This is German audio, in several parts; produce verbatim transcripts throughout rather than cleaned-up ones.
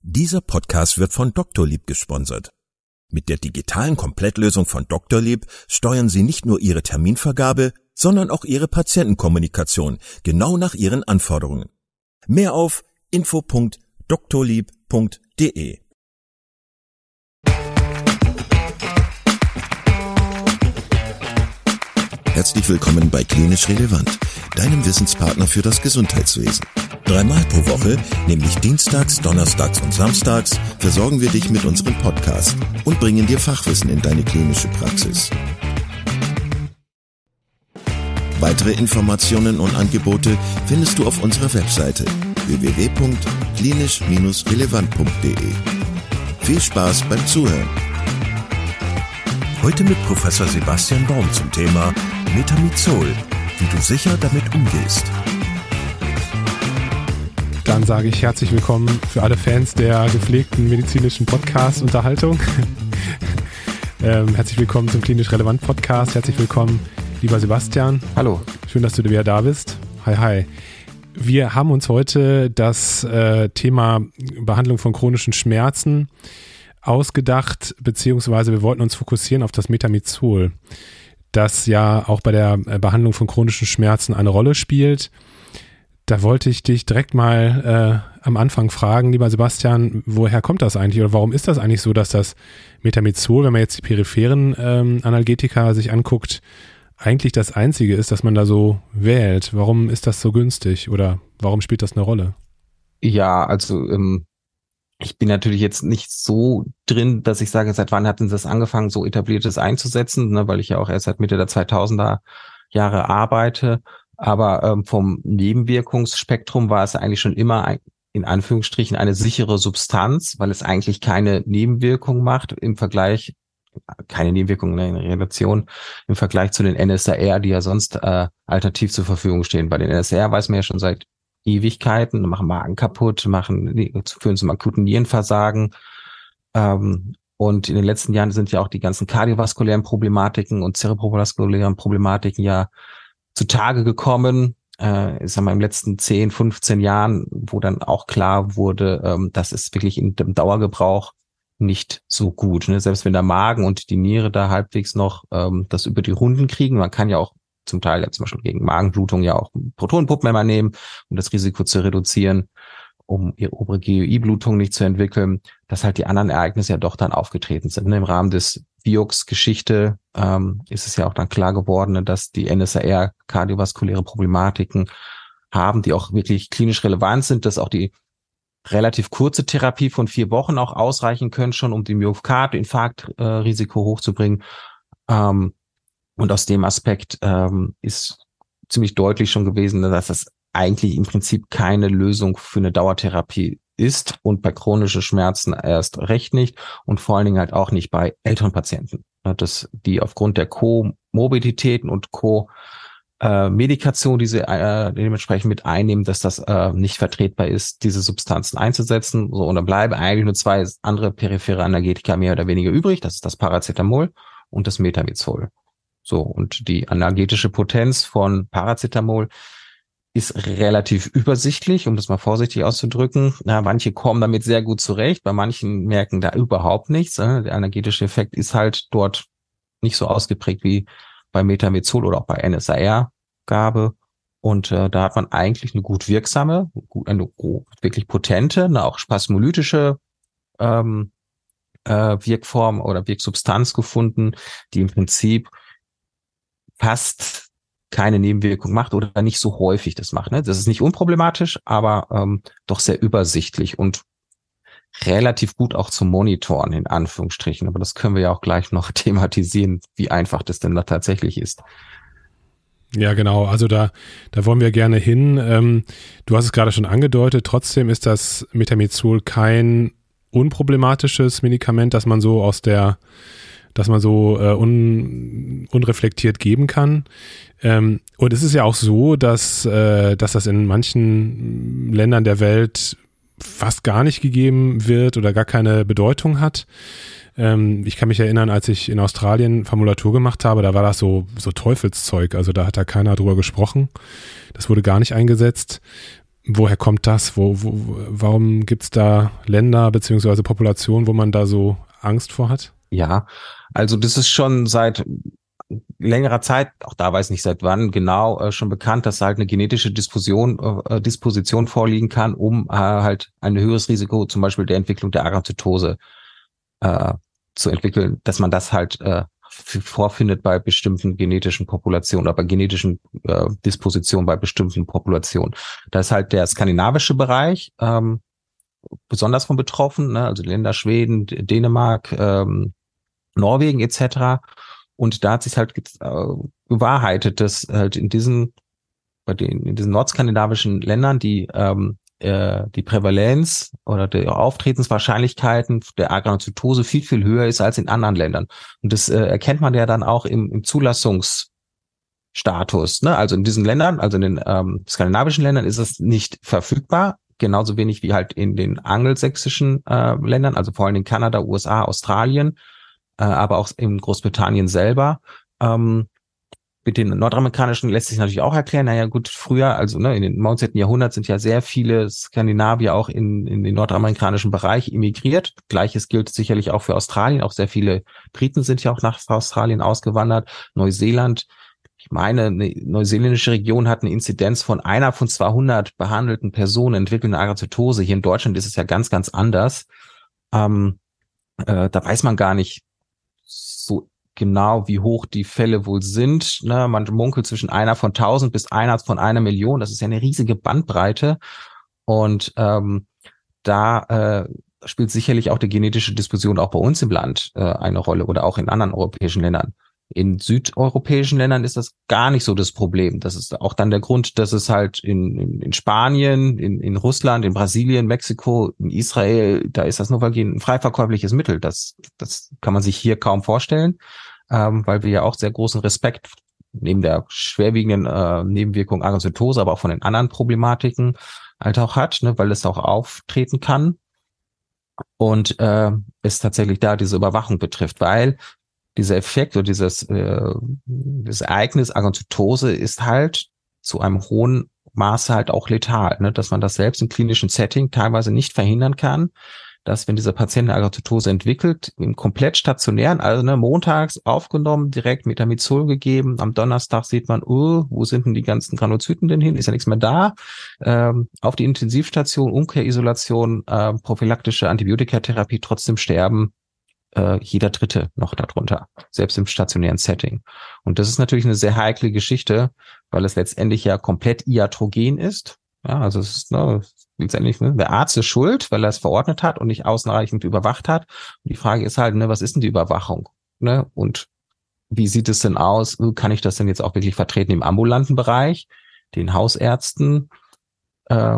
Dieser Podcast wird von Doctolib gesponsert. Mit der digitalen Komplettlösung von Doctolib steuern Sie nicht nur Ihre Terminvergabe, sondern auch Ihre Patientenkommunikation genau nach Ihren Anforderungen. Mehr auf info punkt doctolib punkt de. Herzlich willkommen bei Klinisch Relevant, deinem Wissenspartner für das Gesundheitswesen. Dreimal pro Woche, nämlich dienstags, donnerstags und samstags, versorgen wir dich mit unserem Podcast und bringen dir Fachwissen in deine klinische Praxis. Weitere Informationen und Angebote findest du auf unserer Webseite w w w punkt klinisch relevant punkt de. Viel Spaß beim Zuhören! Heute mit Professor Sebastian Baum zum Thema Metamizol, wie du sicher damit umgehst. Dann sage ich herzlich willkommen für alle Fans der gepflegten medizinischen Podcast-Unterhaltung. ähm, herzlich willkommen zum Klinisch Relevant Podcast. Herzlich willkommen, lieber Sebastian. Hallo. Schön, dass du wieder da bist. Hi, hi. Wir haben uns heute das äh, Thema Behandlung von chronischen Schmerzen ausgedacht, beziehungsweise wir wollten uns fokussieren auf das Metamizol, das ja auch bei der Behandlung von chronischen Schmerzen eine Rolle spielt. Da wollte ich dich direkt mal äh, am Anfang fragen, lieber Sebastian, woher kommt das eigentlich oder warum ist das eigentlich so, dass das Metamizol, wenn man jetzt die peripheren ähm, Analgetika sich anguckt, eigentlich das einzige ist, das man da so wählt? Warum ist das so günstig oder warum spielt das eine Rolle? Ja, also ähm, ich bin natürlich jetzt nicht so drin, dass ich sage, seit wann hat denn das angefangen, so etabliertes einzusetzen, ne, weil ich ja auch erst seit Mitte der zweitausender Jahre arbeite. Aber ähm, vom Nebenwirkungsspektrum war es eigentlich schon immer ein, in Anführungsstrichen eine sichere Substanz, weil es eigentlich keine Nebenwirkung macht im Vergleich, keine Nebenwirkung in Relation im Vergleich zu den N S A R, die ja sonst äh, alternativ zur Verfügung stehen. Bei den N S A R weiß man ja schon seit Ewigkeiten, machen Magen kaputt, machen führen zum akuten Nierenversagen. Ähm, und in den letzten Jahren sind ja auch die ganzen kardiovaskulären Problematiken und zerebrovaskulären Problematiken ja zutage gekommen, äh, ich sag mal im letzten zehn, fünfzehn Jahren, wo dann auch klar wurde, ähm, das ist wirklich in dem Dauergebrauch nicht so gut. Ne? Selbst wenn der Magen und die Niere da halbwegs noch ähm, das über die Runden kriegen, man kann ja auch zum Teil ja zum Beispiel gegen Magenblutung ja auch Protonenpumpenhemmer nehmen, um das Risiko zu reduzieren, um ihre obere G U I-Blutung nicht zu entwickeln, dass halt die anderen Ereignisse ja doch dann aufgetreten sind. Im Rahmen des Vioxx-Geschichte ähm, ist es ja auch dann klar geworden, dass die N S A R kardiovaskuläre Problematiken haben, die auch wirklich klinisch relevant sind, dass auch die relativ kurze Therapie von vier Wochen auch ausreichen können schon, um die Myokard-Infarkt-Risiko äh, hochzubringen. Ähm, und aus dem Aspekt ähm, ist ziemlich deutlich schon gewesen, dass das eigentlich im Prinzip keine Lösung für eine Dauertherapie ist und bei chronischen Schmerzen erst recht nicht und vor allen Dingen halt auch nicht bei älteren Patienten, dass die aufgrund der Komorbiditäten und Co-Medikation, die sie äh, dementsprechend mit einnehmen, dass das äh, nicht vertretbar ist, diese Substanzen einzusetzen. So, und dann bleiben eigentlich nur zwei andere periphere Analgetika mehr oder weniger übrig. Das ist das Paracetamol und das Metamizol. So, und die analgetische Potenz von Paracetamol ist relativ übersichtlich, um das mal vorsichtig auszudrücken. Na, manche kommen damit sehr gut zurecht, bei manchen merken da überhaupt nichts. Der analgetische Effekt ist halt dort nicht so ausgeprägt wie bei Metamizol oder auch bei N S A R-Gabe. Und äh, da hat man eigentlich eine gut wirksame, eine wirklich potente, eine auch spasmolytische ähm, äh, Wirkform oder Wirksubstanz gefunden, die im Prinzip fast keine Nebenwirkung macht oder nicht so häufig das macht. Ne? Das ist nicht unproblematisch, aber ähm, doch sehr übersichtlich und relativ gut auch zu monitoren, in Anführungsstrichen. Aber das können wir ja auch gleich noch thematisieren, wie einfach das denn da tatsächlich ist. Ja, genau. Also da, da wollen wir gerne hin. Ähm, du hast es gerade schon angedeutet. Trotzdem ist das Metamizol kein unproblematisches Medikament, das man so aus der dass man so äh, un, unreflektiert geben kann. Ähm, und es ist ja auch so, dass, äh, dass das in manchen Ländern der Welt fast gar nicht gegeben wird oder gar keine Bedeutung hat. Ähm, ich kann mich erinnern, als ich in Australien Formulatur gemacht habe, da war das so, so Teufelszeug. Also da hat da keiner drüber gesprochen. Das wurde gar nicht eingesetzt. woher kommt das? Wo, wo, warum gibt es da Länder beziehungsweise Populationen, wo man da so Angst vor hat? Ja, also das ist schon seit längerer Zeit, auch da weiß ich nicht seit wann genau, äh, schon bekannt, dass halt eine genetische Disposition, äh, Disposition vorliegen kann, um äh, halt ein höheres Risiko zum Beispiel der Entwicklung der Arazoetose äh, zu entwickeln, dass man das halt äh, vorfindet bei bestimmten genetischen Populationen oder bei genetischen äh, Dispositionen bei bestimmten Populationen. Da ist halt der skandinavische Bereich ähm, besonders von betroffen, ne? Also Länder Schweden, Dänemark, ähm, Norwegen et cetera. Und da hat sich halt äh, bewahrheitet, dass halt in diesen, bei den, in diesen nordskandinavischen Ländern die ähm, äh, die Prävalenz oder die Auftretenswahrscheinlichkeiten der Agranulozytose viel, viel höher ist als in anderen Ländern. Und das äh, erkennt man ja dann auch im, im Zulassungsstatus. Ne? Also in diesen Ländern, also in den ähm, skandinavischen Ländern ist es nicht verfügbar, genauso wenig wie halt in den angelsächsischen äh, Ländern, also vor allem in Kanada, U S A, Australien, aber auch in Großbritannien selber. Ähm, mit den nordamerikanischen lässt sich natürlich auch erklären, naja gut, früher, also ne, in den neunzehnten Jahrhundert sind ja sehr viele Skandinavier auch in, in den nordamerikanischen Bereich emigriert. Gleiches gilt sicherlich auch für Australien. Auch sehr viele Briten sind ja auch nach Australien ausgewandert. Neuseeland, ich meine, eine neuseeländische Region hat eine Inzidenz von einer von zweihundert behandelten Personen entwickeln eine Arazoetose. Hier in Deutschland ist es ja ganz, ganz anders. Ähm, äh, da weiß man gar nicht so genau, wie hoch die Fälle wohl sind. Ne, man munkelt zwischen einer von tausend bis einer von einer Million. Das ist ja eine riesige Bandbreite. Und ähm, da äh, spielt sicherlich auch die genetische Disposition auch bei uns im Land äh, eine Rolle oder auch in anderen europäischen Ländern. In südeuropäischen Ländern ist das gar nicht so das Problem. Das ist auch dann der Grund, dass es halt in, in, in Spanien, in, in Russland, in Brasilien, Mexiko, in Israel, da ist das Novalgin ein frei verkäufliches Mittel. Das, das kann man sich hier kaum vorstellen, ähm, weil wir ja auch sehr großen Respekt neben der schwerwiegenden äh, Nebenwirkung Arazoetose, aber auch von den anderen Problematiken halt auch hat, ne, weil es auch auftreten kann und äh, es tatsächlich da diese Überwachung betrifft, weil dieser Effekt oder dieses, äh, dieses Ereignis Arazoetose ist halt zu einem hohen Maße halt auch letal, ne? Dass man das selbst im klinischen Setting teilweise nicht verhindern kann, dass wenn dieser Patient eine Arazoetose entwickelt, im komplett stationären, also ne, montags aufgenommen, direkt Metamizol gegeben, am Donnerstag sieht man, oh, wo sind denn die ganzen Granulozyten denn hin, ist ja nichts mehr da, ähm, auf die Intensivstation, Umkehrisolation, äh, prophylaktische Antibiotikatherapie, trotzdem sterben äh, jeder Dritte noch darunter, selbst im stationären Setting. Und das ist natürlich eine sehr heikle Geschichte, weil es letztendlich ja komplett iatrogen ist. Ja, also es ist ne, letztendlich ne, der Arzt ist schuld, weil er es verordnet hat und nicht ausreichend überwacht hat. Und die Frage ist halt, ne, was ist denn die Überwachung? Ne? Und wie sieht es denn aus? Kann ich das denn jetzt auch wirklich vertreten im ambulanten Bereich, den Hausärzten? Äh,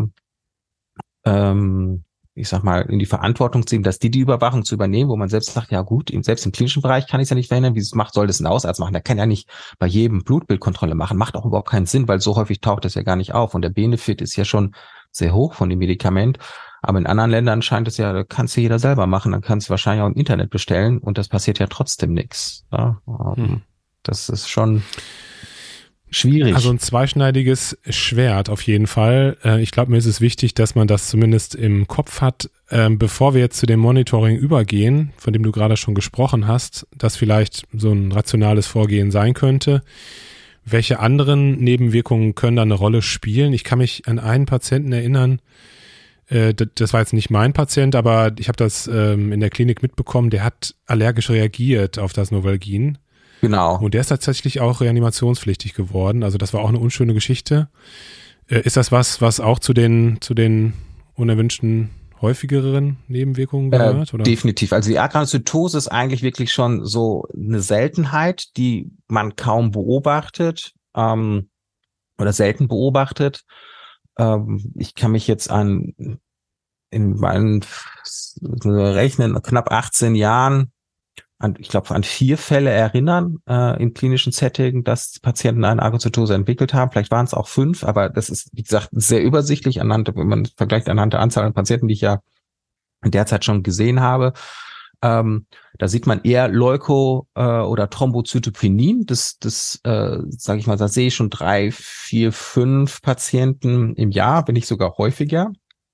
ähm, ich sag mal, in die Verantwortung ziehen, dass die die Überwachung zu übernehmen, wo man selbst sagt, ja gut, selbst im klinischen Bereich kann ich es ja nicht verhindern, wie es macht, soll das ein Hausarzt machen? Der kann ja nicht bei jedem Blutbildkontrolle machen, macht auch überhaupt keinen Sinn, weil so häufig taucht das ja gar nicht auf und der Benefit ist ja schon sehr hoch von dem Medikament, aber in anderen Ländern scheint es ja, da kann es ja jeder selber machen, dann kann es wahrscheinlich auch im Internet bestellen und das passiert ja trotzdem nichts. Ja, hm. Das ist schon schwierig. Also ein zweischneidiges Schwert auf jeden Fall. Ich glaube, mir ist es wichtig, dass man das zumindest im Kopf hat, bevor wir jetzt zu dem Monitoring übergehen, von dem du gerade schon gesprochen hast, das vielleicht so ein rationales Vorgehen sein könnte. Welche anderen Nebenwirkungen können da eine Rolle spielen? Ich kann mich an einen Patienten erinnern, das war jetzt nicht mein Patient, aber ich habe das in der Klinik mitbekommen, der hat allergisch reagiert auf das Novalgin. Genau. Und der ist tatsächlich auch reanimationspflichtig geworden. Also das war auch eine unschöne Geschichte. Äh, ist das was, was auch zu den, zu den unerwünschten häufigeren Nebenwirkungen gehört? Äh, oder? Definitiv. Also die Agranulozytose ist eigentlich wirklich schon so eine Seltenheit, die man kaum beobachtet ähm, oder selten beobachtet. Ähm, ich kann mich jetzt an in meinen Rechnen knapp achtzehn Jahren an, ich glaube, an vier Fälle erinnern äh, in klinischen Settings, dass die Patienten eine Agranulozytose entwickelt haben. Vielleicht waren es auch fünf, aber das ist, wie gesagt, sehr übersichtlich anhand, wenn man vergleicht anhand der Anzahl an Patienten, die ich ja in der Zeit schon gesehen habe. Ähm, da sieht man eher Leuko- äh, oder Thrombozytopenie. Das, das äh, sage ich mal, da sehe ich schon drei, vier, fünf Patienten im Jahr, wenn nicht sogar häufiger.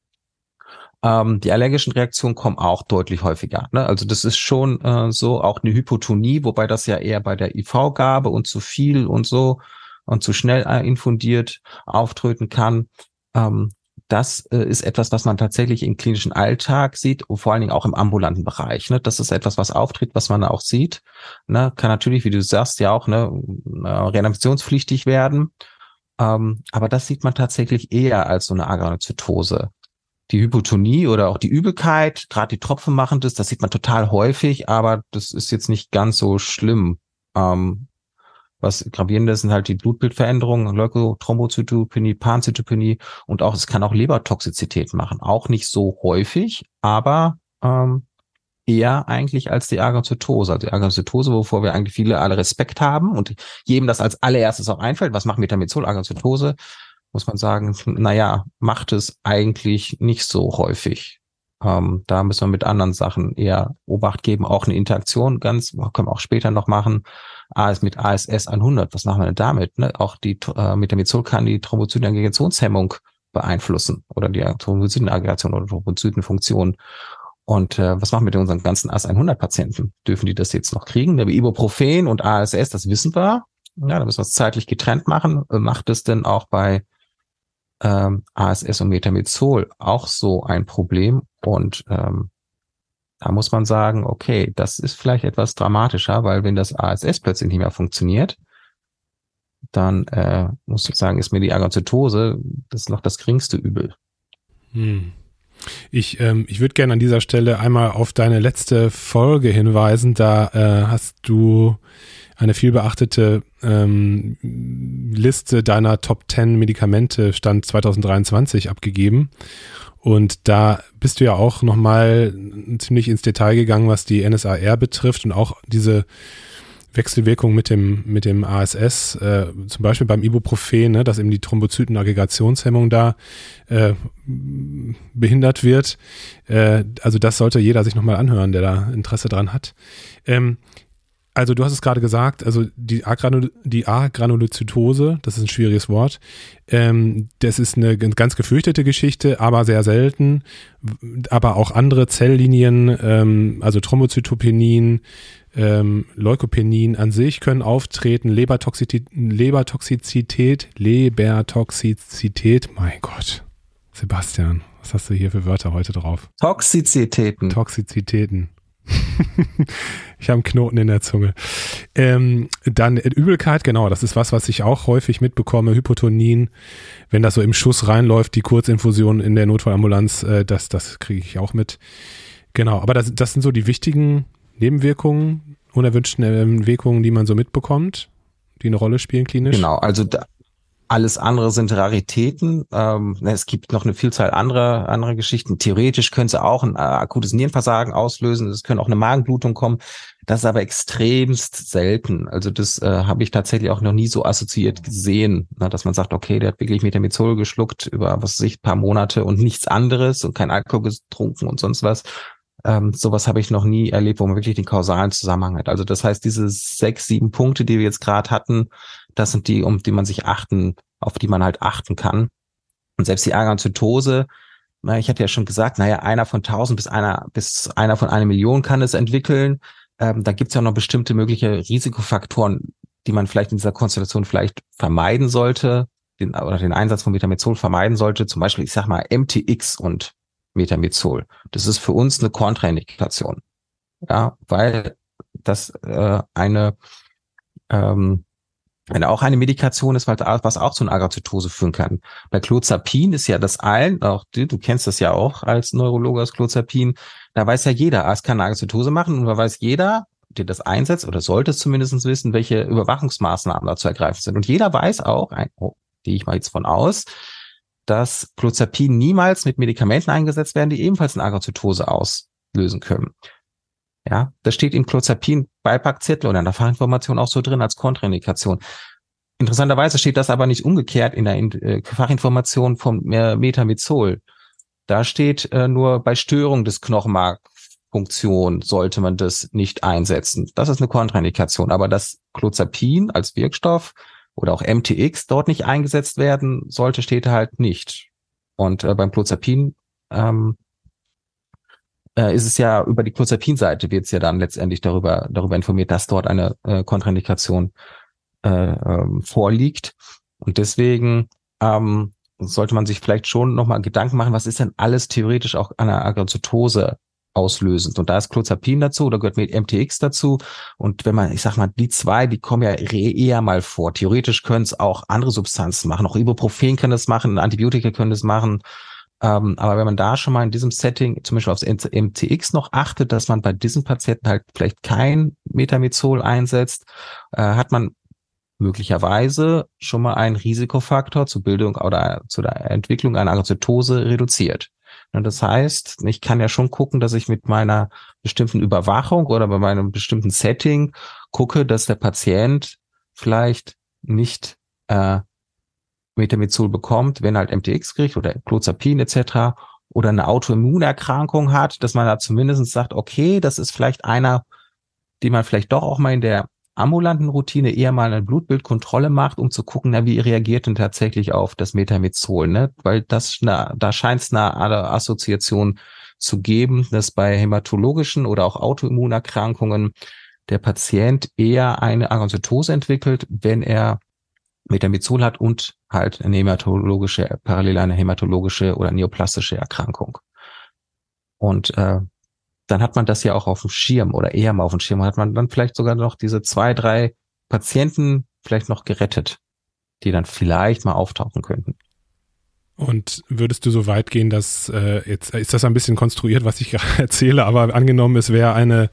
Ähm, die allergischen Reaktionen kommen auch deutlich häufiger. Ne? Also das ist schon äh, so, auch eine Hypotonie, wobei das ja eher bei der I V-Gabe und zu viel und so und zu schnell äh, infundiert auftreten kann. Ähm, das äh, ist etwas, was man tatsächlich im klinischen Alltag sieht und vor allen Dingen auch im ambulanten Bereich. Ne? Das ist etwas, was auftritt, was man auch sieht. Ne? Kann natürlich, wie du sagst, ja auch ne, reanimationspflichtig werden. Ähm, aber das sieht man tatsächlich eher als so eine Agranulozytose. Die Hypotonie oder auch die Übelkeit, gerade die Tropfen machen das, das sieht man total häufig, aber das ist jetzt nicht ganz so schlimm. Ähm, was gravierend ist, sind halt die Blutbildveränderungen, Leukotrombozytopenie, Panzytopenie und auch, es kann auch Lebertoxizität machen. Auch nicht so häufig, aber ähm, eher eigentlich als die Agranulozytose. Also die Agranulozytose, wovor wir eigentlich viele alle Respekt haben und jedem das als allererstes auch einfällt, was macht Metamizol, Agranulozytose, muss man sagen, naja, macht es eigentlich nicht so häufig. Ähm, da müssen wir mit anderen Sachen eher Obacht geben, auch eine Interaktion, ganz, können wir auch später noch machen, A S mit A S S hundert, was machen wir denn damit? Ne? Auch die äh, Metamizol kann die Thrombozytenaggregationshemmung beeinflussen oder die Thrombozytenaggregation oder Thrombozytenfunktion. Und äh, was machen wir mit unseren ganzen A S hundert Patienten? Dürfen die das jetzt noch kriegen? Der Ibuprofen und A S S, das wissen wir. Ja, da müssen wir es zeitlich getrennt machen. Macht es denn auch bei ähm, A S S und Metamizol auch so ein Problem? Und ähm, da muss man sagen, okay, das ist vielleicht etwas dramatischer, weil wenn das A S S plötzlich nicht mehr funktioniert, dann äh, muss ich sagen, ist mir die Agranulozytose das ist noch das geringste Übel. Hm. Ich, ähm, ich würde gerne an dieser Stelle einmal auf deine letzte Folge hinweisen. Da äh, hast du eine viel beachtete ähm, Liste deiner Top zehn Medikamente Stand zwanzig dreiundzwanzig abgegeben. Und da bist du ja auch nochmal ziemlich ins Detail gegangen, was die N S A R betrifft und auch diese Wechselwirkung mit dem mit dem A S S, äh, zum Beispiel beim Ibuprofen, ne, dass eben die Thrombozytenaggregationshemmung da äh, behindert wird. Äh, also das sollte jeder sich nochmal anhören, der da Interesse dran hat. Ähm, also du hast es gerade gesagt, also die Agranul- die A-Granulozytose, das ist ein schwieriges Wort, ähm, das ist eine ganz gefürchtete Geschichte, aber sehr selten, aber auch andere Zelllinien, ähm, also Thrombozytopenien, ähm, Leukopenien an sich können auftreten, Lebertoxizität, Lebertoxizität, Lebertoxizität, mein Gott, Sebastian, was hast du hier für Wörter heute drauf? Toxizitäten. Toxizitäten. Ich habe einen Knoten in der Zunge. Ähm, dann Übelkeit, genau, das ist was, was ich auch häufig mitbekomme, Hypotonien, wenn das so im Schuss reinläuft, die Kurzinfusion in der Notfallambulanz, äh, das, das kriege ich auch mit. Genau, aber das, das sind so die wichtigen Nebenwirkungen, unerwünschten äh, Wirkungen, die man so mitbekommt, die eine Rolle spielen klinisch. Genau, also da, alles andere sind Raritäten. Ähm, es gibt noch eine Vielzahl anderer andere Geschichten. Theoretisch können sie auch ein äh, akutes Nierenversagen auslösen. Es können auch eine Magenblutung kommen. Das ist aber extremst selten. Also das äh, habe ich tatsächlich auch noch nie so assoziiert gesehen, ne, dass man sagt, okay, der hat wirklich Metamizol geschluckt über, was weiß ich, paar Monate und nichts anderes und kein Alkohol getrunken und sonst was. Ähm, sowas habe ich noch nie erlebt, wo man wirklich den kausalen Zusammenhang hat. Also das heißt, diese sechs, sieben Punkte, die wir jetzt gerade hatten, das sind die, um die man sich achten, auf die man halt achten kann. Und selbst die Agranulozytose, ich hatte ja schon gesagt, naja, einer von tausend bis einer bis einer von einer Million kann es entwickeln. Ähm, da gibt es ja noch bestimmte mögliche Risikofaktoren, die man vielleicht in dieser Konstellation vielleicht vermeiden sollte, den, oder den Einsatz von Metamizol vermeiden sollte. Zum Beispiel, ich sag mal, M T X und Metamizol. Das ist für uns eine Kontraindikation. Ja, weil das äh, eine ähm, Wenn auch eine Medikation ist, was auch zu einer Agranulozytose führen kann. Bei Clozapin ist ja das allen, auch du, du kennst das ja auch als Neurologe aus Clozapin, da weiß ja jeder, es kann eine Agranulozytose machen und da weiß jeder, der das einsetzt oder sollte es zumindest wissen, welche Überwachungsmaßnahmen da zu ergreifen sind. Und jeder weiß auch, oh, gehe ich mal jetzt von aus, dass Clozapin niemals mit Medikamenten eingesetzt werden, die ebenfalls eine Agranulozytose auslösen können. Ja, das steht im Clozapin-Beipackzettel oder in der Fachinformation auch so drin als Kontraindikation. Interessanterweise steht das aber nicht umgekehrt in der äh, Fachinformation vom äh, Metamizol. Da steht äh, nur bei Störung des Knochenmark Funktion sollte man das nicht einsetzen. Das ist eine Kontraindikation. Aber dass Clozapin als Wirkstoff oder auch M T X dort nicht eingesetzt werden sollte, steht halt nicht. Und äh, beim Clozapin ähm, äh, ist es ja über die Clozapin-Seite wird es ja dann letztendlich darüber darüber informiert, dass dort eine äh, Kontraindikation äh, ähm, vorliegt. Und deswegen ähm, sollte man sich vielleicht schon nochmal Gedanken machen, was ist denn alles theoretisch auch an einer Agranulozytose auslösend. Und da ist Clozapin dazu, da gehört mit M T X dazu. Und wenn man, ich sag mal, die zwei, die kommen ja eher mal vor. Theoretisch können es auch andere Substanzen machen. Auch Ibuprofen können das machen, Antibiotika können das machen. Ähm, aber wenn man da schon mal in diesem Setting zum Beispiel aufs M T X noch achtet, dass man bei diesen Patienten halt vielleicht kein Metamizol einsetzt, äh, hat man möglicherweise schon mal einen Risikofaktor zur Bildung oder zu der Entwicklung einer Agranulozytose reduziert. Und das heißt, ich kann ja schon gucken, dass ich mit meiner bestimmten Überwachung oder bei meinem bestimmten Setting gucke, dass der Patient vielleicht nicht äh, Metamizol bekommt, wenn er halt M T X kriegt oder Clozapin et cetera oder eine Autoimmunerkrankung hat, dass man da zumindest sagt, okay, das ist vielleicht einer, den man vielleicht doch auch mal in der ambulanten Routine eher mal eine Blutbildkontrolle macht, um zu gucken, na, wie reagiert denn tatsächlich auf das Metamizol, ne? Weil das, na, da scheint es eine Assoziation zu geben, dass bei hämatologischen oder auch Autoimmunerkrankungen der Patient eher eine Agranulozytose entwickelt, wenn er Metamizol hat und halt eine hämatologische, parallel eine hämatologische oder neoplastische Erkrankung. Und äh, dann hat man das ja auch auf dem Schirm oder eher mal auf dem Schirm. Hat man dann vielleicht sogar noch diese zwei, drei Patienten vielleicht noch gerettet, die dann vielleicht mal auftauchen könnten. Und würdest du so weit gehen, dass, äh, jetzt ist das ein bisschen konstruiert, was ich gerade erzähle, aber angenommen, es wäre eine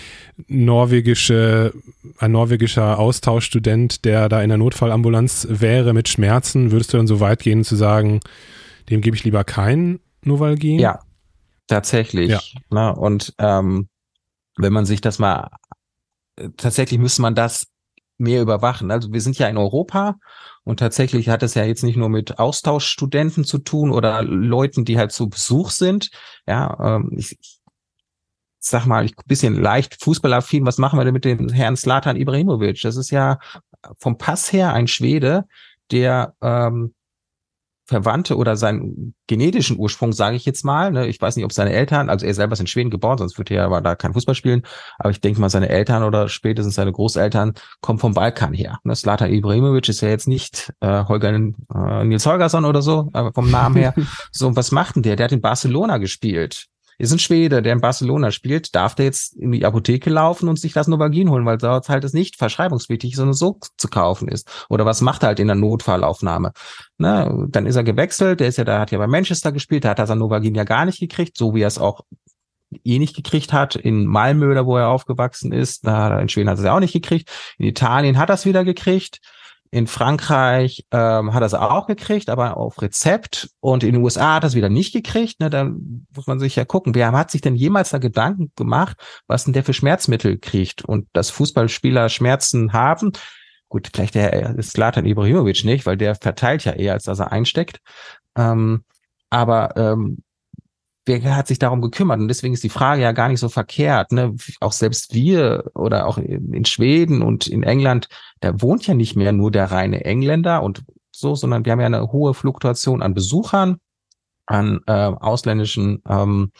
norwegische, ein norwegischer Austauschstudent, der da in der Notfallambulanz wäre mit Schmerzen, würdest du dann so weit gehen zu sagen, dem gebe ich lieber kein Novalgin? Ja. Tatsächlich. Ja. Ne? Und ähm, wenn man sich das mal, tatsächlich müsste man das mehr überwachen. Also wir sind ja in Europa und tatsächlich hat es ja jetzt nicht nur mit Austauschstudenten zu tun oder Leuten, die halt zu Besuch sind. Ja, ähm, ich, ich sag mal, ich bisschen leicht fußballaffin, was machen wir denn mit dem Herrn Zlatan Ibrahimovic? Das ist ja vom Pass her ein Schwede, der ähm, Verwandte oder seinen genetischen Ursprung, sage ich jetzt mal, ne, ich weiß nicht, ob seine Eltern, also er selber ist in Schweden geboren, sonst würde er aber da kein Fußball spielen, aber ich denke mal, seine Eltern oder spätestens seine Großeltern kommen vom Balkan her. Ne, Zlatan Ibrahimovic ist ja jetzt nicht äh, Holger äh, Nils Holgersson oder so, aber vom Namen her. So, und was macht denn der? Der hat in Barcelona gespielt. Ist ein Schwede, der in Barcelona spielt, darf der jetzt in die Apotheke laufen und sich das Novalgin holen, weil dort halt es nicht verschreibungspflichtig, sondern so zu kaufen ist. Oder was macht er halt in der Notfallaufnahme? Na, dann ist er gewechselt, der ist ja, da hat ja bei Manchester gespielt, da hat er sein Novalgin ja gar nicht gekriegt, so wie er es auch eh nicht gekriegt hat, in Malmö, da wo er aufgewachsen ist, da in Schweden hat er es ja auch nicht gekriegt, in Italien hat er es wieder gekriegt, in Frankreich ähm, hat er es auch gekriegt, aber auf Rezept, und in den U S A hat er es wieder nicht gekriegt. Ne, dann muss man sich ja gucken, wer hat sich denn jemals da Gedanken gemacht, was denn der für Schmerzmittel kriegt, und dass Fußballspieler Schmerzen haben. Gut, vielleicht der Zlatan Ibrahimovic nicht, weil der verteilt ja eher, als dass er einsteckt. Ähm, aber ähm, wer hat sich darum gekümmert? Und deswegen ist die Frage ja gar nicht so verkehrt. Ne? Auch selbst wir oder auch in Schweden und in England, da wohnt ja nicht mehr nur der reine Engländer und so, sondern wir haben ja eine hohe Fluktuation an Besuchern, an äh, ausländischen, ähm,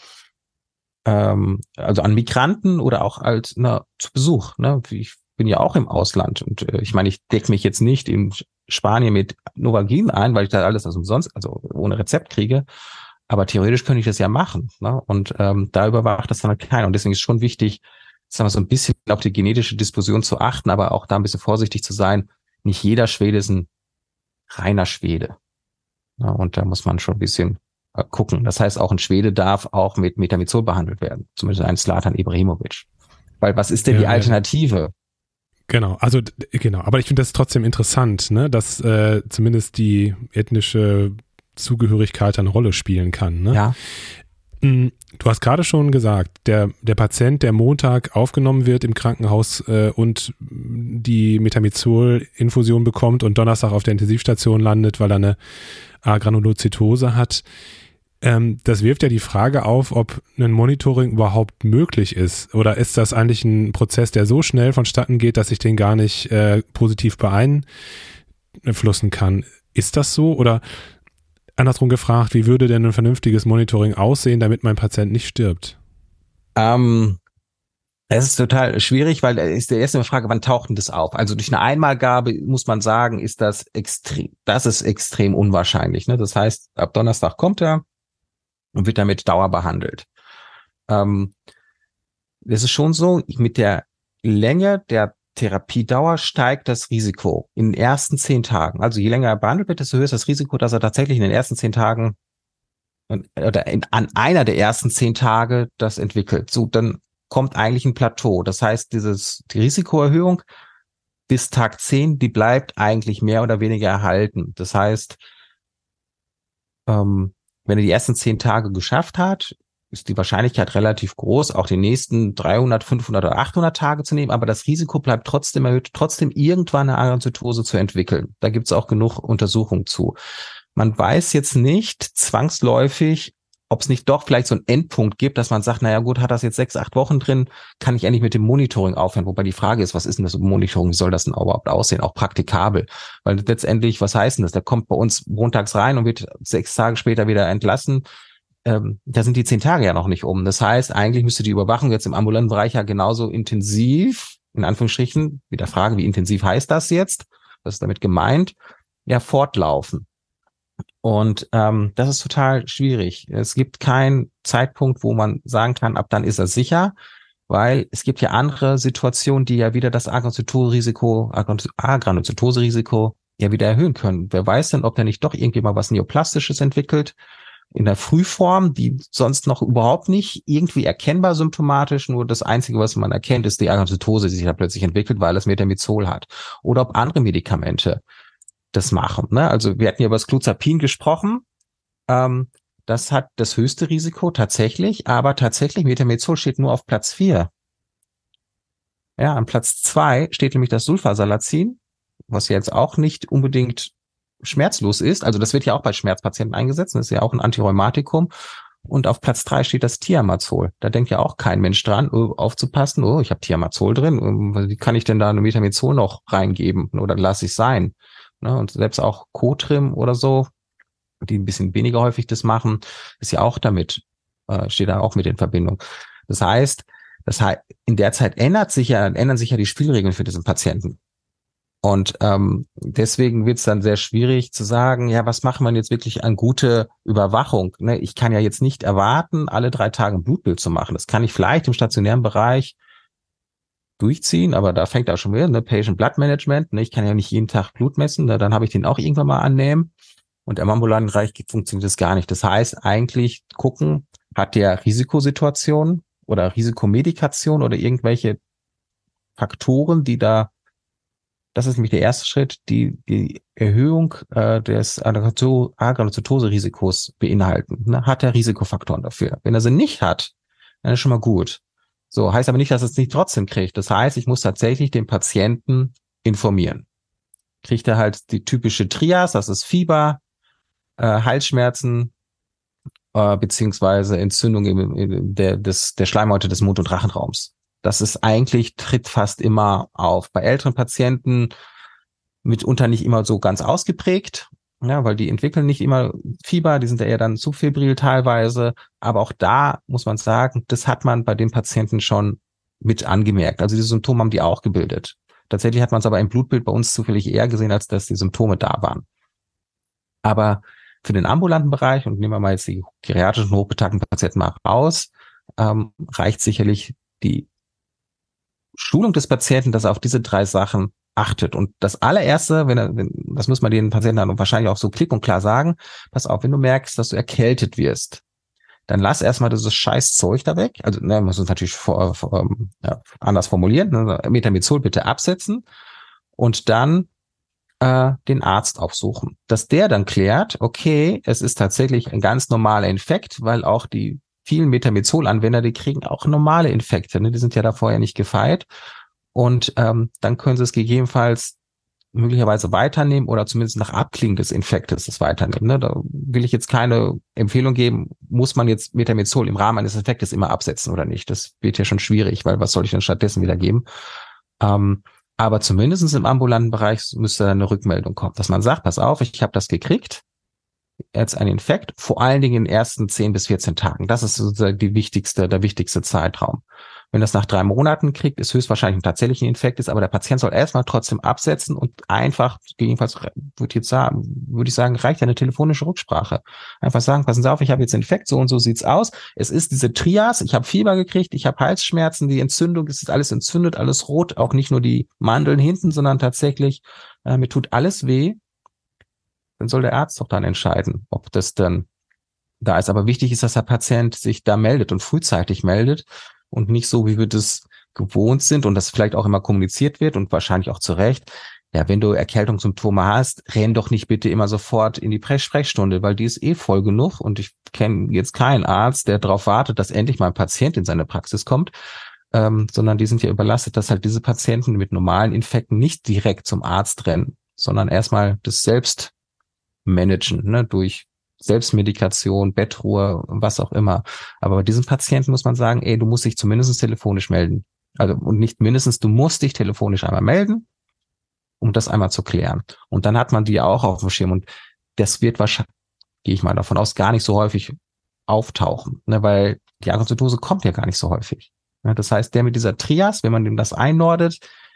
ähm, also an Migranten oder auch als na, zu Besuch. Ne? Ich bin ja auch im Ausland und äh, ich meine, ich decke mich jetzt nicht in Spanien mit Novalgin ein, weil ich da alles also umsonst, also ohne Rezept kriege. Aber theoretisch könnte ich das ja machen, ne? Und ähm, da überwacht das dann halt keiner. Und deswegen ist schon wichtig, sagen wir so ein bisschen auf die genetische Disposition zu achten, aber auch da ein bisschen vorsichtig zu sein. Nicht jeder Schwede ist ein reiner Schwede. Ja, und da muss man schon ein bisschen äh, gucken. Das heißt, auch ein Schwede darf auch mit Metamizol behandelt werden. Zumindest ein Zlatan Ibrahimovic. Weil was ist denn ja, die Alternative? Genau, also genau. Aber ich finde das trotzdem interessant, ne, dass äh, zumindest die ethnische Zugehörigkeit eine Rolle spielen kann. Ne? Ja. Du hast gerade schon gesagt, der, der Patient, der Montag aufgenommen wird im Krankenhaus äh, und die Metamizol-Infusion bekommt und Donnerstag auf der Intensivstation landet, weil er eine Agranulozytose hat. Ähm, das wirft ja die Frage auf, ob ein Monitoring überhaupt möglich ist. Oder ist das eigentlich ein Prozess, der so schnell vonstatten geht, dass ich den gar nicht äh, positiv beeinflussen kann? Ist das so? Oder andersrum gefragt, wie würde denn ein vernünftiges Monitoring aussehen, damit mein Patient nicht stirbt? Ähm, es ist total schwierig, weil da ist die erste Frage, wann taucht denn das auf? Also durch eine Einmalgabe muss man sagen, ist das extrem, das ist extrem unwahrscheinlich. Ne? Das heißt, ab Donnerstag kommt er und wird damit Dauer behandelt. Ähm, das ist schon so, mit der Länge der Therapiedauer steigt das Risiko in den ersten zehn Tagen. Also je länger er behandelt wird, desto höher ist das Risiko, dass er tatsächlich in den ersten zehn Tagen oder in, an einer der ersten zehn Tage das entwickelt. So, dann kommt eigentlich ein Plateau. Das heißt, dieses, die Risikoerhöhung bis Tag zehn, die bleibt eigentlich mehr oder weniger erhalten. Das heißt, ähm, wenn er die ersten zehn Tage geschafft hat, ist die Wahrscheinlichkeit relativ groß, auch die nächsten dreihundert, fünfhundert oder achthundert Tage zu nehmen, aber das Risiko bleibt trotzdem erhöht, trotzdem irgendwann eine Agranulozytose zu entwickeln. Da gibt es auch genug Untersuchungen zu. Man weiß jetzt nicht zwangsläufig, ob es nicht doch vielleicht so einen Endpunkt gibt, dass man sagt, naja gut, hat das jetzt sechs, acht Wochen drin, kann ich endlich mit dem Monitoring aufhören. Wobei die Frage ist, was ist denn das Monitoring? Wie soll das denn überhaupt aussehen? Auch praktikabel. Weil letztendlich, was heißt denn das? Der kommt bei uns montags rein und wird sechs Tage später wieder entlassen. Ähm, da sind die zehn Tage ja noch nicht um. Das heißt, eigentlich müsste die Überwachung jetzt im ambulanten Bereich ja genauso intensiv, in Anführungsstrichen, wieder Frage, wie intensiv heißt das jetzt? Was ist damit gemeint? Ja, fortlaufen. Und ähm, das ist total schwierig. Es gibt keinen Zeitpunkt, wo man sagen kann, ab dann ist er sicher, weil es gibt ja andere Situationen, die ja wieder das Agranulozytose-Risiko, Agranulozytose-Risiko ja wieder erhöhen können. Wer weiß denn, ob da nicht doch irgendwie mal was Neoplastisches entwickelt in der Frühform, die sonst noch überhaupt nicht irgendwie erkennbar symptomatisch, nur das Einzige, was man erkennt, ist die Agranulozytose, die sich da plötzlich entwickelt, weil es Metamizol hat. Oder ob andere Medikamente das machen. Ne? Also wir hatten ja über das Clozapin gesprochen. Ähm, das hat das höchste Risiko tatsächlich, aber tatsächlich Metamizol steht nur auf Platz vier. Ja, an Platz zwei steht nämlich das Sulfasalazin, was jetzt auch nicht unbedingt schmerzlos ist. Also das wird ja auch bei Schmerzpatienten eingesetzt. Das ist ja auch ein Antirheumatikum. Und auf Platz drei steht das Thiamazol. Da denkt ja auch kein Mensch dran, oh, aufzupassen. Oh, ich habe Thiamazol drin. Wie kann ich denn da eine Metamizol noch reingeben? Oder lasse ich sein? Ne, und selbst auch Cotrim oder so, die ein bisschen weniger häufig das machen, ist ja auch damit, äh, steht da auch mit in Verbindung. Das heißt, das heißt, in der Zeit ändert sich ja, ändern sich ja die Spielregeln für diesen Patienten. Und ähm, deswegen wird es dann sehr schwierig zu sagen, ja, was macht man jetzt wirklich an gute Überwachung? Ne, ich kann ja jetzt nicht erwarten, alle drei Tage ein Blutbild zu machen. Das kann ich vielleicht im stationären Bereich durchziehen, aber da fängt auch schon wieder, ne, Patient Blood Management, ne, ich kann ja nicht jeden Tag Blut messen, ne, dann habe ich den auch irgendwann mal annehmen und im ambulanten Bereich funktioniert das gar nicht. Das heißt, eigentlich gucken, hat der Risikosituationen oder Risikomedikation oder irgendwelche Faktoren, die da, das ist nämlich der erste Schritt, die die Erhöhung äh, des Agranulozytose-Risikos beinhalten. Ne, hat er Risikofaktoren dafür? Wenn er sie nicht hat, dann ist schon mal gut. So, heißt aber nicht, dass es nicht trotzdem kriegt. Das heißt, ich muss tatsächlich den Patienten informieren. Kriegt er halt die typische Trias, das ist Fieber, äh, Halsschmerzen, äh, beziehungsweise Entzündung im, im, der, des, der Schleimhäute des Mund- und Rachenraums. Das ist eigentlich, tritt fast immer auf. Bei älteren Patienten mitunter nicht immer so ganz ausgeprägt. Ja, weil die entwickeln nicht immer Fieber, die sind ja eher dann subfebril teilweise. Aber auch da muss man sagen, das hat man bei den Patienten schon mit angemerkt. Also diese Symptome haben die auch gebildet. Tatsächlich hat man es aber im Blutbild bei uns zufällig eher gesehen, als dass die Symptome da waren. Aber für den ambulanten Bereich, und nehmen wir mal jetzt die geriatrischen hochbetagten Patienten mal raus, ähm, reicht sicherlich die Schulung des Patienten, dass er auf diese drei Sachen achtet. Und das allererste, wenn er, wenn, das muss man den Patienten dann wahrscheinlich auch so klipp und klar sagen, pass auf, wenn du merkst, dass du erkältet wirst, dann lass erstmal dieses scheiß Zeug da weg. Also, ne, muss uns natürlich vor, vor, ja, anders formulieren. Ne, Metamizol bitte absetzen und dann äh, den Arzt aufsuchen. Dass der dann klärt, okay, es ist tatsächlich ein ganz normaler Infekt, weil auch die vielen Metamizol-Anwender, die kriegen auch normale Infekte. Ne? Die sind ja da vorher nicht gefeit. Und ähm, dann können sie es gegebenenfalls möglicherweise weiternehmen oder zumindest nach Abklingen des Infektes das weiternehmen. Ne? Da will ich jetzt keine Empfehlung geben, muss man jetzt Metamizol im Rahmen eines Infektes immer absetzen oder nicht. Das wird ja schon schwierig, weil was soll ich denn stattdessen wieder geben? Ähm, aber zumindest im ambulanten Bereich müsste eine Rückmeldung kommen, dass man sagt, pass auf, ich habe das gekriegt, jetzt ein Infekt, vor allen Dingen in den ersten zehn bis vierzehn Tagen. Das ist sozusagen die wichtigste, der wichtigste Zeitraum. Wenn das nach drei Monaten kriegt, ist höchstwahrscheinlich tatsächlich ein Infekt ist, aber der Patient soll erstmal trotzdem absetzen und einfach, jedenfalls würde ich jetzt sagen, würde ich sagen, reicht eine telefonische Rücksprache. Einfach sagen, passen Sie auf, ich habe jetzt einen Infekt, so und so sieht's aus. Es ist diese Trias, ich habe Fieber gekriegt, ich habe Halsschmerzen, die Entzündung, es ist alles entzündet, alles rot, auch nicht nur die Mandeln hinten, sondern tatsächlich, äh, mir tut alles weh. Dann soll der Arzt doch dann entscheiden, ob das dann da ist. Aber wichtig ist, dass der Patient sich da meldet und frühzeitig meldet und nicht so, wie wir das gewohnt sind und das vielleicht auch immer kommuniziert wird und wahrscheinlich auch zu Recht. Ja, wenn du Erkältungssymptome hast, renn doch nicht bitte immer sofort in die Sprechstunde, weil die ist eh voll genug und ich kenne jetzt keinen Arzt, der darauf wartet, dass endlich mal ein Patient in seine Praxis kommt, ähm, sondern die sind ja überlastet, dass halt diese Patienten mit normalen Infekten nicht direkt zum Arzt rennen, sondern erstmal das selbst managen, ne, durch Selbstmedikation, Bettruhe, was auch immer. Aber bei diesen Patienten muss man sagen, ey, du musst dich zumindest telefonisch melden. Also, und nicht mindestens, du musst dich telefonisch einmal melden, um das einmal zu klären. Und dann hat man die auch auf dem Schirm. Und das wird wahrscheinlich, gehe ich mal davon aus, gar nicht so häufig auftauchen, ne, weil die Agrazytose kommt ja gar nicht so häufig. Ne, das heißt, der mit dieser Trias, wenn man dem das einnordet,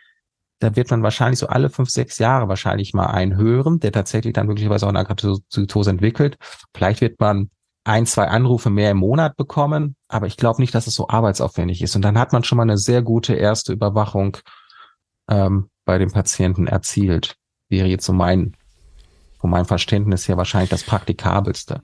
da wird man wahrscheinlich so alle fünf, sechs Jahre wahrscheinlich mal einen hören, der tatsächlich dann möglicherweise auch eine Agrazytose entwickelt. Vielleicht wird man ein, zwei Anrufe mehr im Monat bekommen, aber ich glaube nicht, dass es so arbeitsaufwendig ist. Und dann hat man schon mal eine sehr gute erste Überwachung ähm, bei dem Patienten erzielt. Wäre jetzt so mein, von meinem Verständnis her wahrscheinlich das Praktikabelste.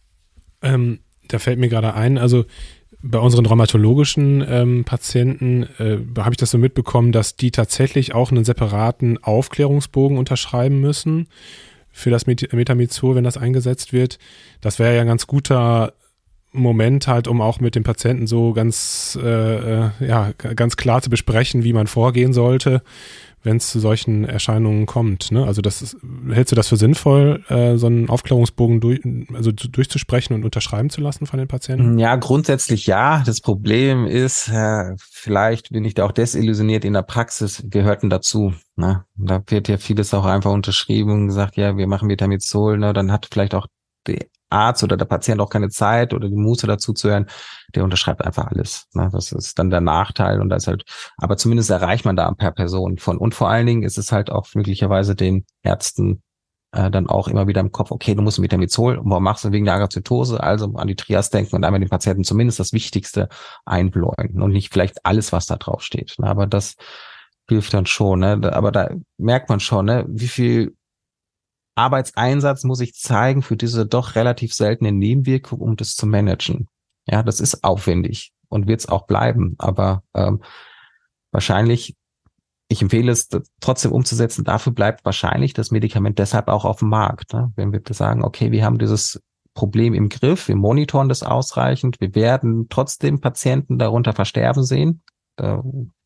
Ähm, da fällt mir gerade ein, also bei unseren rheumatologischen ähm, Patienten äh, habe ich das so mitbekommen, dass die tatsächlich auch einen separaten Aufklärungsbogen unterschreiben müssen für das Met- Metamizol, wenn das eingesetzt wird. Das wäre ja ein ganz guter Moment halt, um auch mit dem Patienten so ganz, äh, ja, ganz klar zu besprechen, wie man vorgehen sollte, wenn es zu solchen Erscheinungen kommt. Ne? Also das ist, hältst du das für sinnvoll, äh, so einen Aufklärungsbogen durch, also durchzusprechen und unterschreiben zu lassen von den Patienten? Ja, grundsätzlich ja. Das Problem ist, äh, vielleicht bin ich da auch desillusioniert in der Praxis, gehörten dazu. Ne? Da wird ja vieles auch einfach unterschrieben und gesagt, ja, wir machen Metamizol, ne? Dann hat vielleicht auch der Arzt oder der Patient auch keine Zeit oder die Muße dazu zu hören, der unterschreibt einfach alles. Ne? Das ist dann der Nachteil und das ist halt, aber zumindest erreicht man da per Person von. Und vor allen Dingen ist es halt auch möglicherweise den Ärzten äh, dann auch immer wieder im Kopf, okay, du musst Metamizol, warum machst du wegen der Agrazytose? Also an die Trias denken und einmal den Patienten zumindest das Wichtigste einbläuen und nicht vielleicht alles, was da drauf steht. Ne? Aber das hilft dann schon. Ne? Aber da merkt man schon, ne, wie viel Arbeitseinsatz muss ich zeigen für diese doch relativ seltene Nebenwirkung, um das zu managen. Ja, das ist aufwendig und wird es auch bleiben. Aber ähm, wahrscheinlich, ich empfehle es trotzdem umzusetzen, dafür bleibt wahrscheinlich das Medikament deshalb auch auf dem Markt. Ne? Wenn wir sagen, okay, wir haben dieses Problem im Griff, wir monitoren das ausreichend, wir werden trotzdem Patienten darunter versterben sehen. Da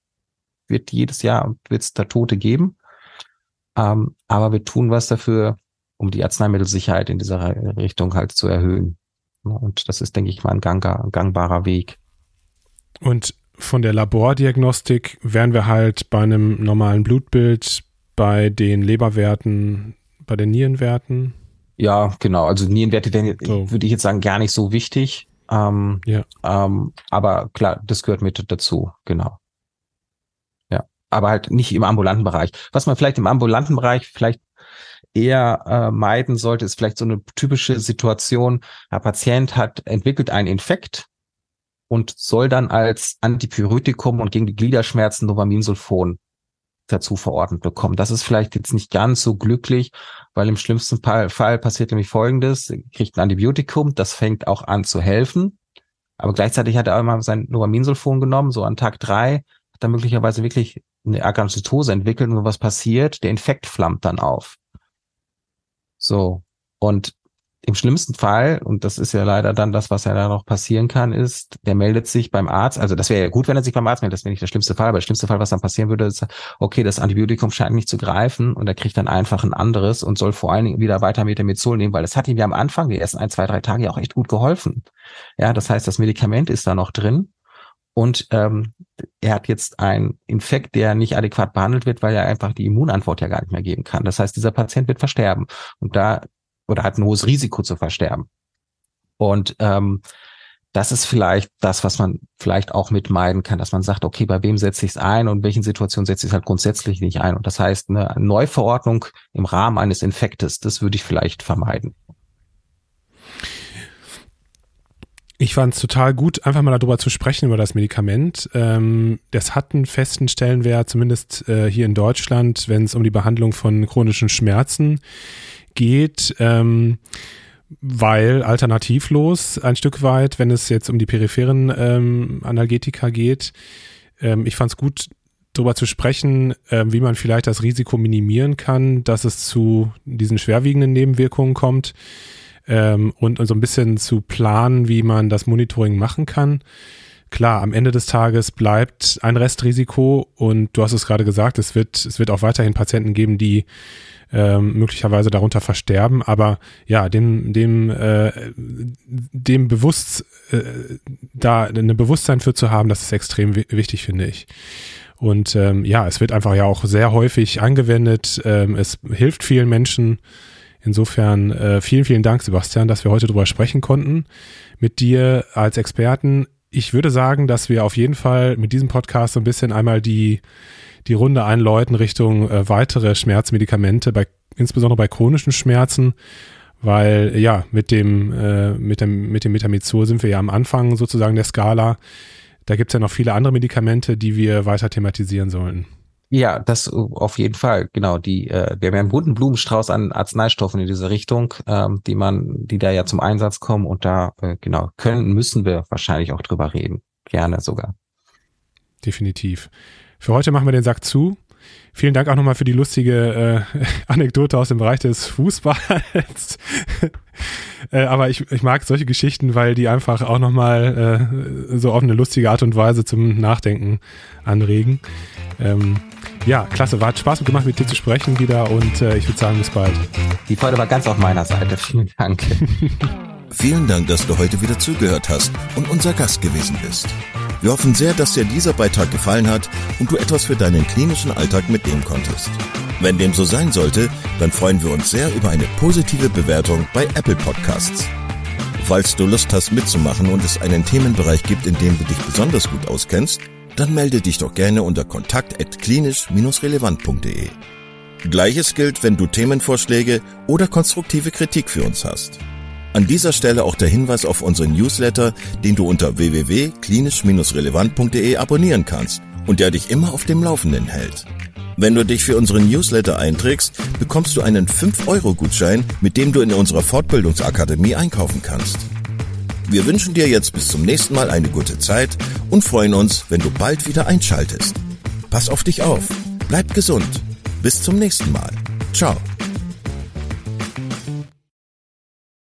wird jedes Jahr wird's da Tote geben. Ähm, aber wir tun was dafür, um die Arzneimittelsicherheit in dieser Richtung halt zu erhöhen. Und das ist, denke ich mal, ein, gangbar, ein gangbarer Weg. Und von der Labordiagnostik wären wir halt bei einem normalen Blutbild, bei den Leberwerten, bei den Nierenwerten? Ja, genau. Also Nierenwerte wären, so. würde ich jetzt sagen, gar nicht so wichtig. Ähm, ja. ähm, aber klar, das gehört mit dazu, genau. Aber halt nicht im ambulanten Bereich. Was man vielleicht im ambulanten Bereich vielleicht eher äh, meiden sollte, ist vielleicht so eine typische Situation, der Patient hat entwickelt einen Infekt und soll dann als Antipyretikum und gegen die Gliederschmerzen Novaminsulfon dazu verordnet bekommen. Das ist vielleicht jetzt nicht ganz so glücklich, weil im schlimmsten Fall passiert nämlich Folgendes, er kriegt ein Antibiotikum, das fängt auch an zu helfen, aber gleichzeitig hat er auch mal sein Novaminsulfon genommen, so an Tag drei, hat er möglicherweise wirklich eine Agrazytose entwickelt und was passiert, der Infekt flammt dann auf. So, und im schlimmsten Fall, und das ist ja leider dann das, was ja da noch passieren kann, ist, der meldet sich beim Arzt, also das wäre ja gut, wenn er sich beim Arzt meldet, das wäre nicht der schlimmste Fall, aber der schlimmste Fall, was dann passieren würde, ist, okay, das Antibiotikum scheint nicht zu greifen und er kriegt dann einfach ein anderes und soll vor allen Dingen wieder weiter Metamizol nehmen, weil das hat ihm ja am Anfang, die ersten ein, zwei, drei Tage ja auch echt gut geholfen. Ja, das heißt, das Medikament ist da noch drin und ähm, er hat jetzt einen Infekt, der nicht adäquat behandelt wird, weil er einfach die Immunantwort ja gar nicht mehr geben kann. Das heißt, dieser Patient wird versterben und da oder hat ein hohes Risiko zu versterben. Und ähm, das ist vielleicht das, was man vielleicht auch mitmeiden kann, dass man sagt, okay, bei wem setze ich es ein und in welchen Situationen setze ich es halt grundsätzlich nicht ein. Und das heißt, eine Neuverordnung im Rahmen eines Infektes, das würde ich vielleicht vermeiden. Ich fand es total gut, einfach mal darüber zu sprechen, über das Medikament. Ähm, das hat einen festen Stellenwert, zumindest äh, hier in Deutschland, wenn es um die Behandlung von chronischen Schmerzen geht, ähm, weil alternativlos ein Stück weit, wenn es jetzt um die peripheren ähm, Analgetika geht. Ähm, ich fand es gut, darüber zu sprechen, äh, wie man vielleicht das Risiko minimieren kann, dass es zu diesen schwerwiegenden Nebenwirkungen kommt ähm, und, und so ein bisschen zu planen, wie man das Monitoring machen kann. Klar, am Ende des Tages bleibt ein Restrisiko und du hast es gerade gesagt, es wird, es wird auch weiterhin Patienten geben, die ähm, möglicherweise darunter versterben, aber ja, dem, dem, äh, dem bewusst, äh, da eine Bewusstsein für zu haben, das ist extrem w- wichtig, finde ich. Und ähm, ja, es wird einfach ja auch sehr häufig angewendet, ähm, es hilft vielen Menschen. Insofern äh, vielen, vielen Dank, Sebastian, dass wir heute drüber sprechen konnten mit dir als Experten. Ich würde sagen, dass wir auf jeden Fall mit diesem Podcast so ein bisschen einmal die, die Runde einläuten Richtung äh, weitere Schmerzmedikamente, bei, insbesondere bei chronischen Schmerzen, weil ja, mit dem, äh, mit dem, mit dem Metamizol sind wir ja am Anfang sozusagen der Skala. Da gibt es ja noch viele andere Medikamente, die wir weiter thematisieren sollten. Ja, das auf jeden Fall, genau. Die, äh, wir haben einen bunten Blumenstrauß an Arzneistoffen in diese Richtung, ähm, die man, die da ja zum Einsatz kommen und da, äh, genau, können, müssen wir wahrscheinlich auch drüber reden. Gerne sogar. Definitiv. Für heute machen wir den Sack zu. Vielen Dank auch nochmal für die lustige äh, Anekdote aus dem Bereich des Fußballs. äh, aber ich, ich mag solche Geschichten, weil die einfach auch nochmal äh, so auf eine lustige Art und Weise zum Nachdenken anregen. Ähm, ja, klasse, war hat Spaß gemacht, mit dir zu sprechen wieder und äh, ich würde sagen, bis bald. Die Freude war ganz auf meiner Seite. Vielen Dank. Vielen Dank, dass du heute wieder zugehört hast und unser Gast gewesen bist. Wir hoffen sehr, dass dir dieser Beitrag gefallen hat und du etwas für deinen klinischen Alltag mitnehmen konntest. Wenn dem so sein sollte, dann freuen wir uns sehr über eine positive Bewertung bei Apple Podcasts. Falls du Lust hast mitzumachen und es einen Themenbereich gibt, in dem du dich besonders gut auskennst, dann melde dich doch gerne unter kontakt at klinisch relevant punkt de. Gleiches gilt, wenn du Themenvorschläge oder konstruktive Kritik für uns hast. An dieser Stelle auch der Hinweis auf unseren Newsletter, den du unter w w w punkt klinisch relevant punkt de abonnieren kannst und der dich immer auf dem Laufenden hält. Wenn du dich für unseren Newsletter einträgst, bekommst du einen fünf Euro Gutschein, mit dem du in unserer Fortbildungsakademie einkaufen kannst. Wir wünschen dir jetzt bis zum nächsten Mal eine gute Zeit und freuen uns, wenn du bald wieder einschaltest. Pass auf dich auf, bleib gesund. Bis zum nächsten Mal. Ciao.